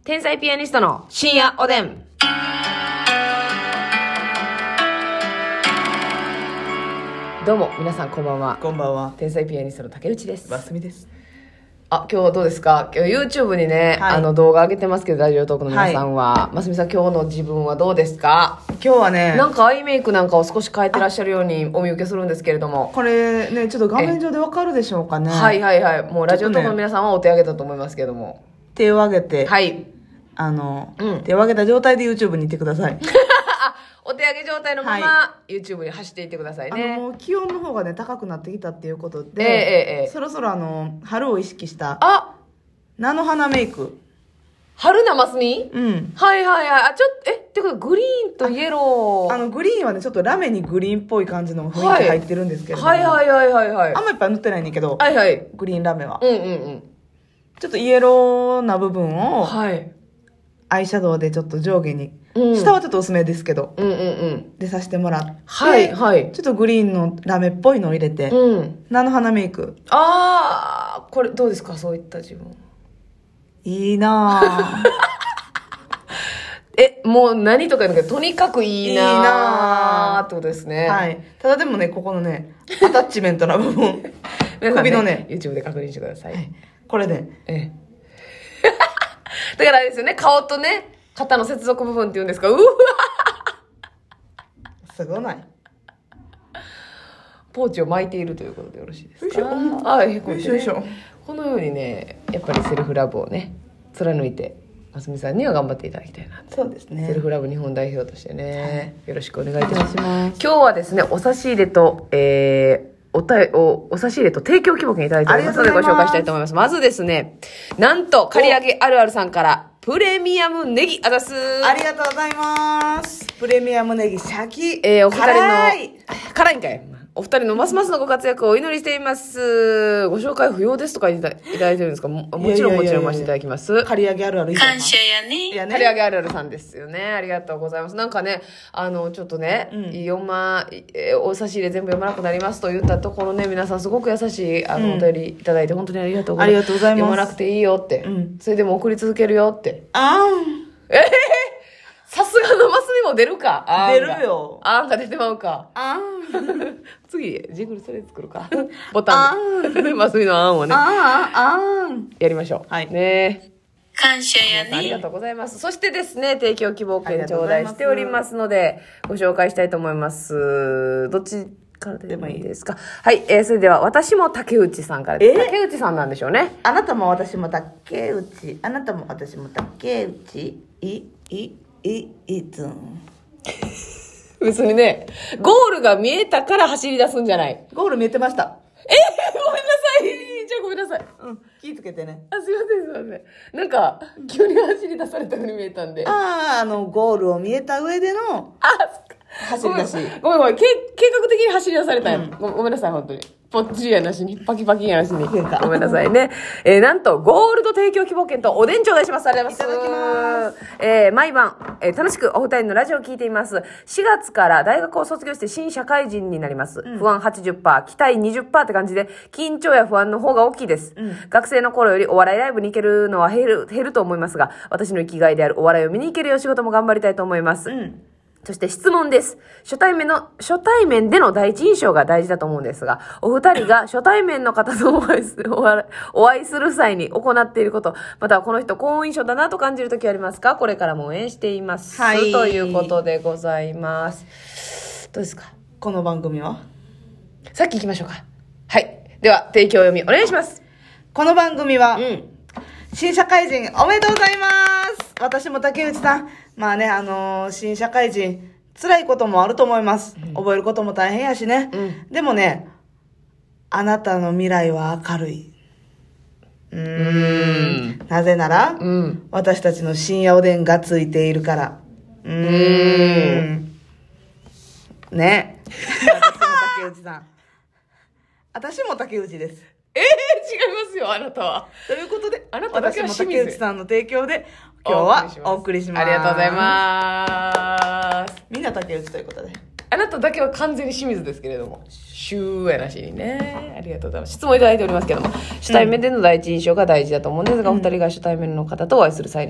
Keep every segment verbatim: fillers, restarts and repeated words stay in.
天才ピアニストの深夜おでん。どうも皆さんこんばんは。 こんばんは。 天才ピアニストの竹内です。 ますみです。 あ、今日はどうですか？今日 YouTube にね、 はい、 あの動画上げてますけど、ラジオトークの皆さんは、はい、ますみさん今日の自分はどうですか？ 今日はね、 なんかアイメイクなんかを少し変えてらっしゃるようにお見受けするんですけれども、 これね、ちょっと画面上でわかるでしょうかね。 はいはいはい。もうラジオトークの皆さんはお手挙げたと思いますけども、 手を挙げて、 はい、 あの、 うん、 手を挙げた状態で YouTube に行ってください。 お手上げ状態のまま、はい、YouTube に走っていってくださいね。 あの気温の方がね高くなってきたっていうことで、 えーえーえー、 そろそろあの春を意識したあ菜の花メイク。 春菜ますみ？ うん。 はいはいはい。あ、ちょっと、え、ってことグリーンとイエロー。 あの、グリーンはね、ちょっとラメにグリーンっぽい感じの雰囲気入ってるんですけど、ね、 はい、はいはいはいはいはい。 あんまいっぱい塗ってないねんけど、 はいはい。 グリーンラメは。 うんうんうん。 ちょっとイエローな部分を、 はい。 アイシャドウでちょっと上下に、 うん、 下はちょっと薄めですけど、 うんうんうん。 でさせてもらって、 はいはい。 ちょっとグリーンのラメっぽいのを入れて、 うん。 菜の花メイク。 あー、これどうですか？そういった自分。 いいなぁ。 え、もう何とか言うけど、とにかくいいなぁ。いいなぁってことですね。 はい。ただでもね、ここのね、アタッチメントな部分。 ね、 首のね。 YouTube で確認してください。はい、 これね。 ええ。だからあれですよね、顔とね、肩の接続部分っていうんですか、うわすごない。 ポーチを巻いているということでよろしいですか？ よいしょ。 ああ、へこんでね、 よいしょ。 このようにね、やっぱりセルフラブをね、貫いて、ますみさんには頑張っていただきたいなと。 そうですね。 セルフラブ日本代表としてね、はい、よろしくお願いいたします。 ます。 今日はですね、お差し入れと、えー、おたお、お差し入れと提供希望券いただいておりますのでご紹介したいと思います。まずですね、なんと、刈り上げあるあるさんから、プレミアムネギあざす。 ありがとうございます。プレミアムネギシャキ。 えー、お二人の、 辛い。 辛いんかい。お二人のますますのご活躍をお祈りしています。ご紹介不要ですとかいただいてるんですか？ も, もちろんもちろん回していただきます。 刈り上げあるある感謝やね。 刈り上げあるあるさんですよね。ありがとうございます。なんかね、あの、ちょっとね、うん、読ま、えー、お差し入れ全部読まなくなりますと言ったところね、皆さんすごく優しい、あの、うん、お便りいただいて本当にありがとうございます。 ありがとうございます。 読まなくていいよって。うん、それでも送り続けるよって。 あーん。 えへへさすがのマスミも出るか。 あ出るよ。 あーんが出てまうか。 あーん。 次、ジングルそれ作るか。ボタンで。マスミのあんをね。 あーん、あーん。 やりましょう。 はい。 ね感謝やね。 ありがとうございます。そしてですね、提供希望券頂戴しておりますので、ご紹介したいと思います。どっちからでもいいですか？はい、えー、それでは、私も竹内さんからです。竹内さんなんでしょうね。 あなたも私も竹内。あなたも私も竹内。い、い、い、いつん。 別にね、ゴールが見えたから走り出すんじゃない。 ゴール見えてました。 えー、ごめんなさい。じゃあごめんなさい。 うん、気ぃつけてね。 あ、すいません、すいません。なんか、急に走り出されたように見えたんで。 ああ、あの、ゴールを見えた上での、 あ、 走り出し。 ごめんごめん、け計画的に走り出されたよ、うんご。ごめんなさい、本当に。ぽっちりやなしに、パキパキやなしに。ごめんなさいね。えー、なんと、ゴールド提供希望券とおでん頂戴します。ありがとうございます。 いただきます。 えー、毎晩、えー、楽しくお二人のラジオを聞いています。しがつから大学を卒業して新社会人になります。うん、不安 はちじゅっパーセント、期待 にじゅっパーセント って感じで、緊張や不安の方が大きいです。うん、学生の頃よりお笑いライブに行けるのは減る、減ると思いますが、私の生きがいであるお笑いを見に行けるよう仕事も頑張りたいと思います。うんそして質問です。初対面の、初対面での第一印象が大事だと思うんですが、お二人が初対面の方とお会いする、お会いする際に行っていること、またはこの人好印象だなと感じるときありますか？これからも応援しています。はい。ということでございます。どうですか？ この番組は？ さっき行きましょうか。はい。では、提供読みお願いします。 この番組は、 うん。 新社会人おめでとうございます。私も竹内さん。まあね、あのー、新社会人、辛いこともあると思います。うん、覚えることも大変やしね。うん、でもね、あなたの未来は明るい。うーん。なぜなら、うん、私たちの深夜おでんがついているから。うーん。ね。私も竹内さん。私も竹内です。 えー、違いますよ、あなたは。 ということで、 あなただけは私も竹内さんの提供で、今日はお送りします。 ありがとうございます。 みんな竹内ということで。 あなただけは完全に清水ですけれども、シューやなしにね。ありがとうございます。質問いただいておりますけども、初対面での第一印象が大事だと思うんですが、うん、お二人が初対面の方とお会いする際に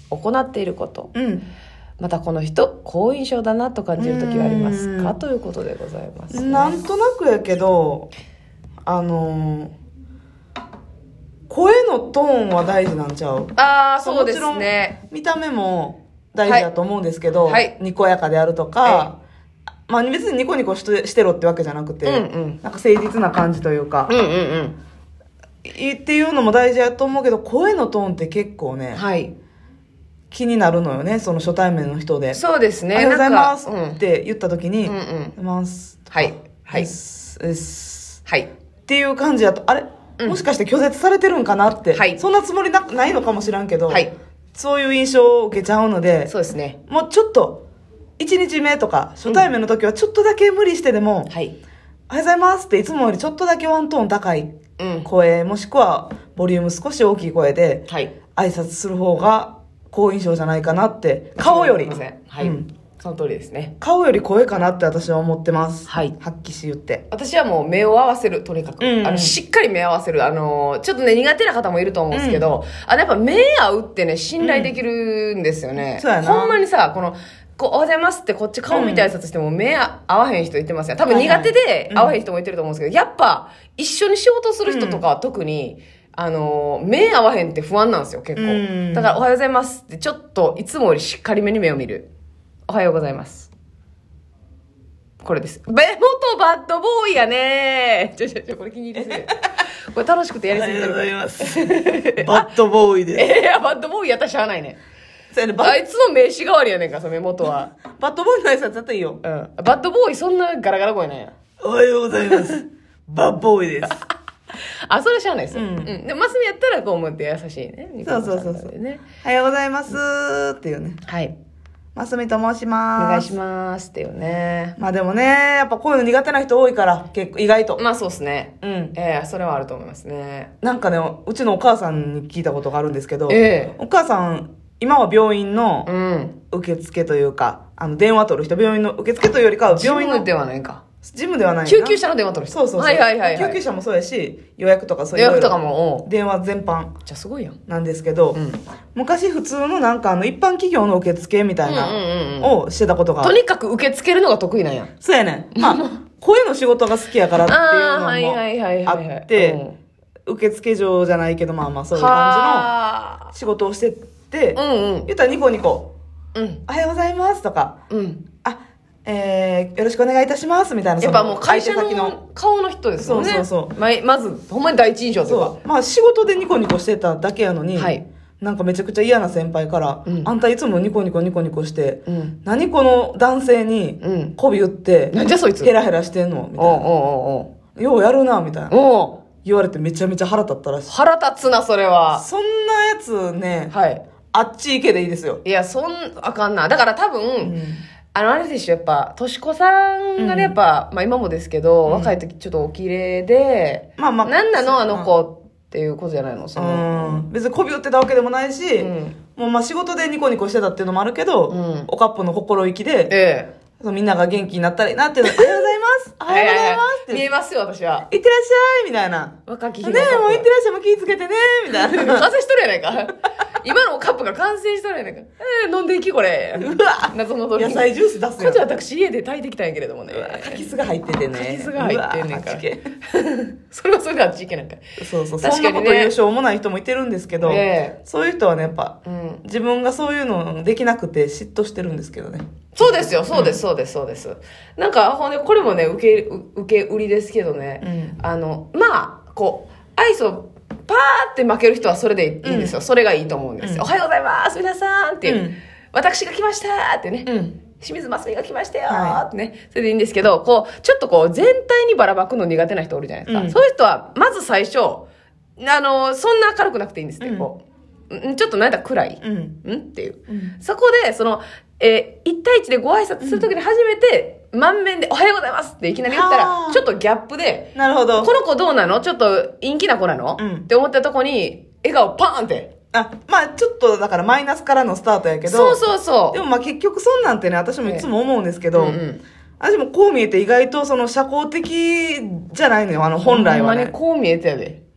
行っていること、 うん。 またこの人好印象だなと感じる時はありますか、 うんということでございます、ね、 なんとなくやけど、あのー、声のトーンは大事なんちゃう？ ああ、そうですもちろんね。 見た目も大事だと思うんですけど、 はいはい、 にこやかであるとか、 はまあ別にニコニコしてしてろってわけじゃなくて、 うんうん、 なんか誠実な感じというか、 うんうんうん、 っていうのも大事やと思うけど、声のトーンって結構ね、 はい、気になるのよね、その初対面の人で。 そうですね。 おはようございますなんかって言った時に、 うんうん、 おはようございますとか。 はい。はい。 です。ですはい。 っていう感じだと、あれ、うん、もしかして拒絶されてるんかなって、はい、そんなつもりな、ないのかもしらんけど、はい、そういう印象を受けちゃうので、 そうですね。 もうちょっと、いちにちめとか、初対面の時はちょっとだけ無理してでも、うん、はい、おはようございますっていつもよりちょっとだけワントーン高い声、うん、もしくはボリューム少し大きい声で、はい、挨拶する方が好印象じゃないかなって、顔より。すいません。はい。うん、その通りですね。顔より声かなって私は思ってます。はい。発揮し言って。 私はもう目を合わせる、とにかく。うんうん、あの、しっかり目合わせる。あの、ちょっとね、苦手な方もいると思うんですけど、うん、あの、やっぱ目合うってね、信頼できるんですよね。うん、そうやな。ほんまにさ、この、こう、おはようございますってこっち顔見て挨拶しても目合わへん人言ってますよ。多分苦手で合わへん人も言ってると思うんですけど、やっぱ、一緒に仕事する人とかは特に、あの、目合わへんって不安なんですよ、結構。だから、おはようございますって、ちょっと、いつもよりしっかりめに目を見る。おはようございます。これです。目元バッドボーイやねー。ちょちょちょ、これ気に入りすぎる。これ楽しくてやりすぎてる。 おはようございます。バッドボーイです。 えー、バッドボーイやったらしゃあないね。あいつの名刺代わりやねんか、その目元は。 バッドボーイの挨拶だったらいいよ。 うん。バッドボーイそんなガラガラ声なんや。 おはようございます。バッドボーイです。 あ、それしゃあないですよ。うん。うん、で、マスミやったらこう思って優しいね。 そうそうそうそう。ね、おはようございますっていうね。はい。マスミと申します。 お願いしますっていうね。 まあでもね、やっぱこういうの苦手な人多いから、結構意外と。 まあそうですね。うん。ええー、それはあると思いますね。 なんかね、うちのお母さんに聞いたことがあるんですけど、ええー、お母さん、今は病院の受付というか、うん、あの、電話取る人、病院の受付というよりかは病院の。 ジムではないか。 ジムではないな。 救急車の電話取る人。 そうそうそう。 はいはいはい、はい。 救急車もそうやし、予約とかそういう。 予約とかも。 電話全般。 じゃあすごいやん。 なんですけど、うん、昔普通のなんかあの、一般企業の受付みたいな、をしてたことが、 とにかく受け付けるのが得意なんや。 そうやねん。まあ、声の仕事が好きやからっていうのもあって、受付嬢じゃないけど、まあまあそういう感じの仕事をしてて、うんうん、言ったらニコニコ、うん、おはようございますとか、うん、あ、えー、よろしくお願いいたしますみたいな。 やっぱもう会社の顔の人ですよね。 そうそうそう。 ま、まず、ほんまに第一印象というか。そう。 まあ仕事でニコニコしてただけやのに、はい、なんかめちゃくちゃ嫌な先輩から、うん、あんたいつもニコニコニコニコして、うん、何この男性に媚び打って、 なんじゃそいつヘラヘラしてんのみたいな。おうおうおうようやるな、みたいな。おう言われてめちゃめちゃ腹立ったらしい。 腹立つな、それは。 そんなやつね、はい。あっち行けでいいですよ。 いや、そん、あかんな。だから多分、うん、あの、あれでしょ、やっぱ、としこさんがね、やっぱ、うん、まあ今もですけど、うん、若い時ちょっとお綺麗で、まあまあ、なんなのあの子っていうことじゃないのその、 うん。別に媚び売ってたわけでもないし、うん、もうまあ仕事でニコニコしてたっていうのもあるけど、うん、おかっぽの心意気で、ええみんなが元気になったらいいなっていうの。おはようございます。おはようございますって。 見えますよ、私は。 いってらっしゃいみたいな。 若き日ねえ、もういってらっしゃいも気ぃつけてねみたいな。 感染しとるやないか。今のカップが感染しとるやないか。えー、飲んでいきこれ。うわ謎のドリンク。 野菜ジュース出すよ。 こっちは私家で炊いてきたんやけれどもね。 柿酢が入っててね。 柿酢が入ってんねんから。それはそれであっち行けなんか。 そうそう。確かにね。そんなこと言うしょうもない人もいてるんですけど、えー、そういう人はね、やっぱ、うん、自分がそういうのできなくて嫉妬してるんですけどね。 そうですよ、そうです、そうです、そうです。なんか、ほんで、これもね、受け、受け売りですけどね、うん、あの、まあ、こう、アイスをパーって負ける人はそれでいいんですよ。うん、それがいいと思うんですよ。うん、おはようございます、皆さんっていう、うん、私が来ましたってね、うん、清水ますみが来ましたよってね、はい、それでいいんですけど、こう、ちょっとこう、全体にばらまくの苦手な人おるじゃないですか。うん、そういう人は、まず最初、あの、そんな明るくなくていいんですって、こう、ちょっとなんだ暗い、うん、んっていう、そこで、その、えー、いち対いちでご挨拶するときに初めて、満面でおはようございますっていきなり言ったら、ちょっとギャップで、 なるほど。 この子どうなのちょっと陰気な子なの、うん、って思ったとこに、笑顔パーンって。 あ、まあちょっとだからマイナスからのスタートやけど。 そうそうそう。 でもまあ結局そんなんてね、私もいつも思うんですけど、うんうん、私もこう見えて意外とその社交的じゃないのよ、あの本来はね。 ほんまにこう見えてやで。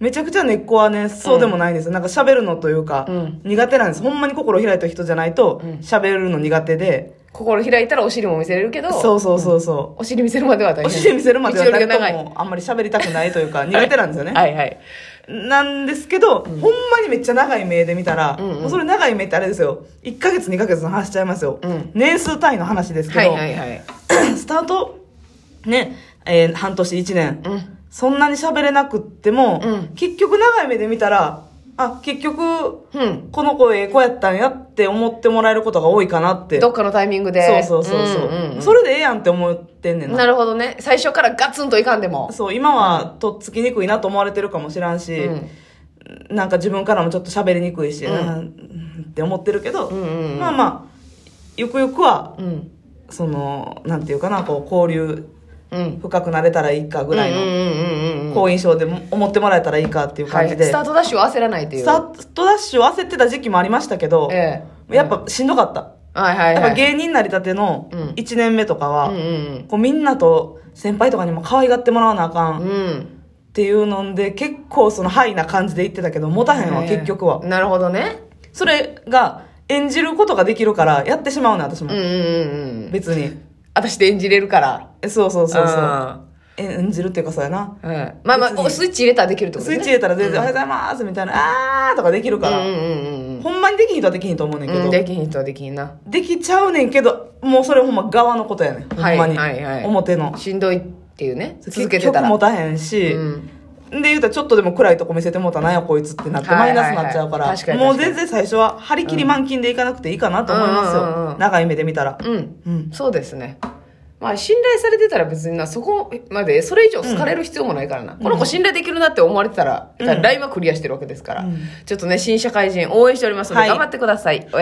めちゃくちゃ根っこはね、そうでもないんですよ。なんか喋るのというか、 うん苦手なんです。ほんまに心開いた人じゃないと、 うん喋るの苦手で、 心開いたらお尻も見せれるけど、 そうそうそうそう。 お尻見せるまでは大変。 お尻見せるまでは道のりが長い。 誰ともあんまり喋りたくないというか、苦手なんですよね。 はいはい。 なんですけど、ほんまにめっちゃ長い目で見たら、 うんうんもうそれ長い目ってあれですよ。いっかげつにかげつの話しちゃいますよ。 うん年数単位の話ですけはいど、 はいはい。 スタート、ね、えー半年いちねん、 うん。 そんなに喋れなくっても、 うん結局長い目で見たら、あ、結局、 うん。 この子ええ子やったんやって思ってもらえることが多いかなって。 どっかのタイミングで。 そうそうそうそう、 んんんそれでええやんって思ってんねんな。 なるほどね。最初からガツンといかんでも。 そう、今はとっつきにくいなと思われてるかもしらんし、 うんなんか自分からもちょっと喋りにくいし、 うんなんって思ってるけど、 うんうんうんまあまあ、ゆくゆくは、 うん。 その、なんていうかな、こう、交流うん。 深くなれたらいいかぐらいの、 うんうんうんうんうん。 好印象でも思ってもらえたらいいかっていうはい。 感じで、 スタートダッシュを焦らないっていう。 スタートダッシュを焦ってた時期もありましたけど、 ええ。 やっぱしんどかった。 はいはいはい。 やっぱ芸人になりたてのうんいちねんめとかは、 うんうんこうみんなと先輩とかにも可愛がってもらわなあかうん。 んっうん。 ていうので、結構そのハイな感じで言ってたけど、持たへんわ、結局は。 なるほどね。 それが演じることができるから、やってしまうね、私もうん。うんうんうん。 別に。 私で演じれるから。 えそうそうそうそう。 あ演じるっていうかそうやな。 ーはい。まあまあ、 別におスイッチ入れたらできるってことスイね。 ッチ入れたら全然、おはようございますみたいな、あーとかできるから。 うんうんうんうん。 ほんまにできひんとはできひんと思うねんけど。 うん、できひん人はできひんな。 できちゃうねんけど、もうそれほんま側のことやねん。ほんまに。 はいはいはい表の。 しんどいっていうね。続結けてたら。 局持たへんし、 うんで言うたらちょっとでも暗いとこ見せてもうたらなんやこいつってなってマイナスになっちゃうから、 はいはいはい確かにもう確かに全然最初は張り切り満勤でいかなくていいかなと思いますよ。 うんうんうん長い目で見たら。 うん。 うん。 そうですね。まあ、信頼されてたら別にな、そこまで、それ以上好かれる必要もないからな。この子信頼できるなって思われてたら、 うんラインはクリアしてるわけですから。 うんちょっとね、新社会人応援しておりますので、 はい頑張ってください。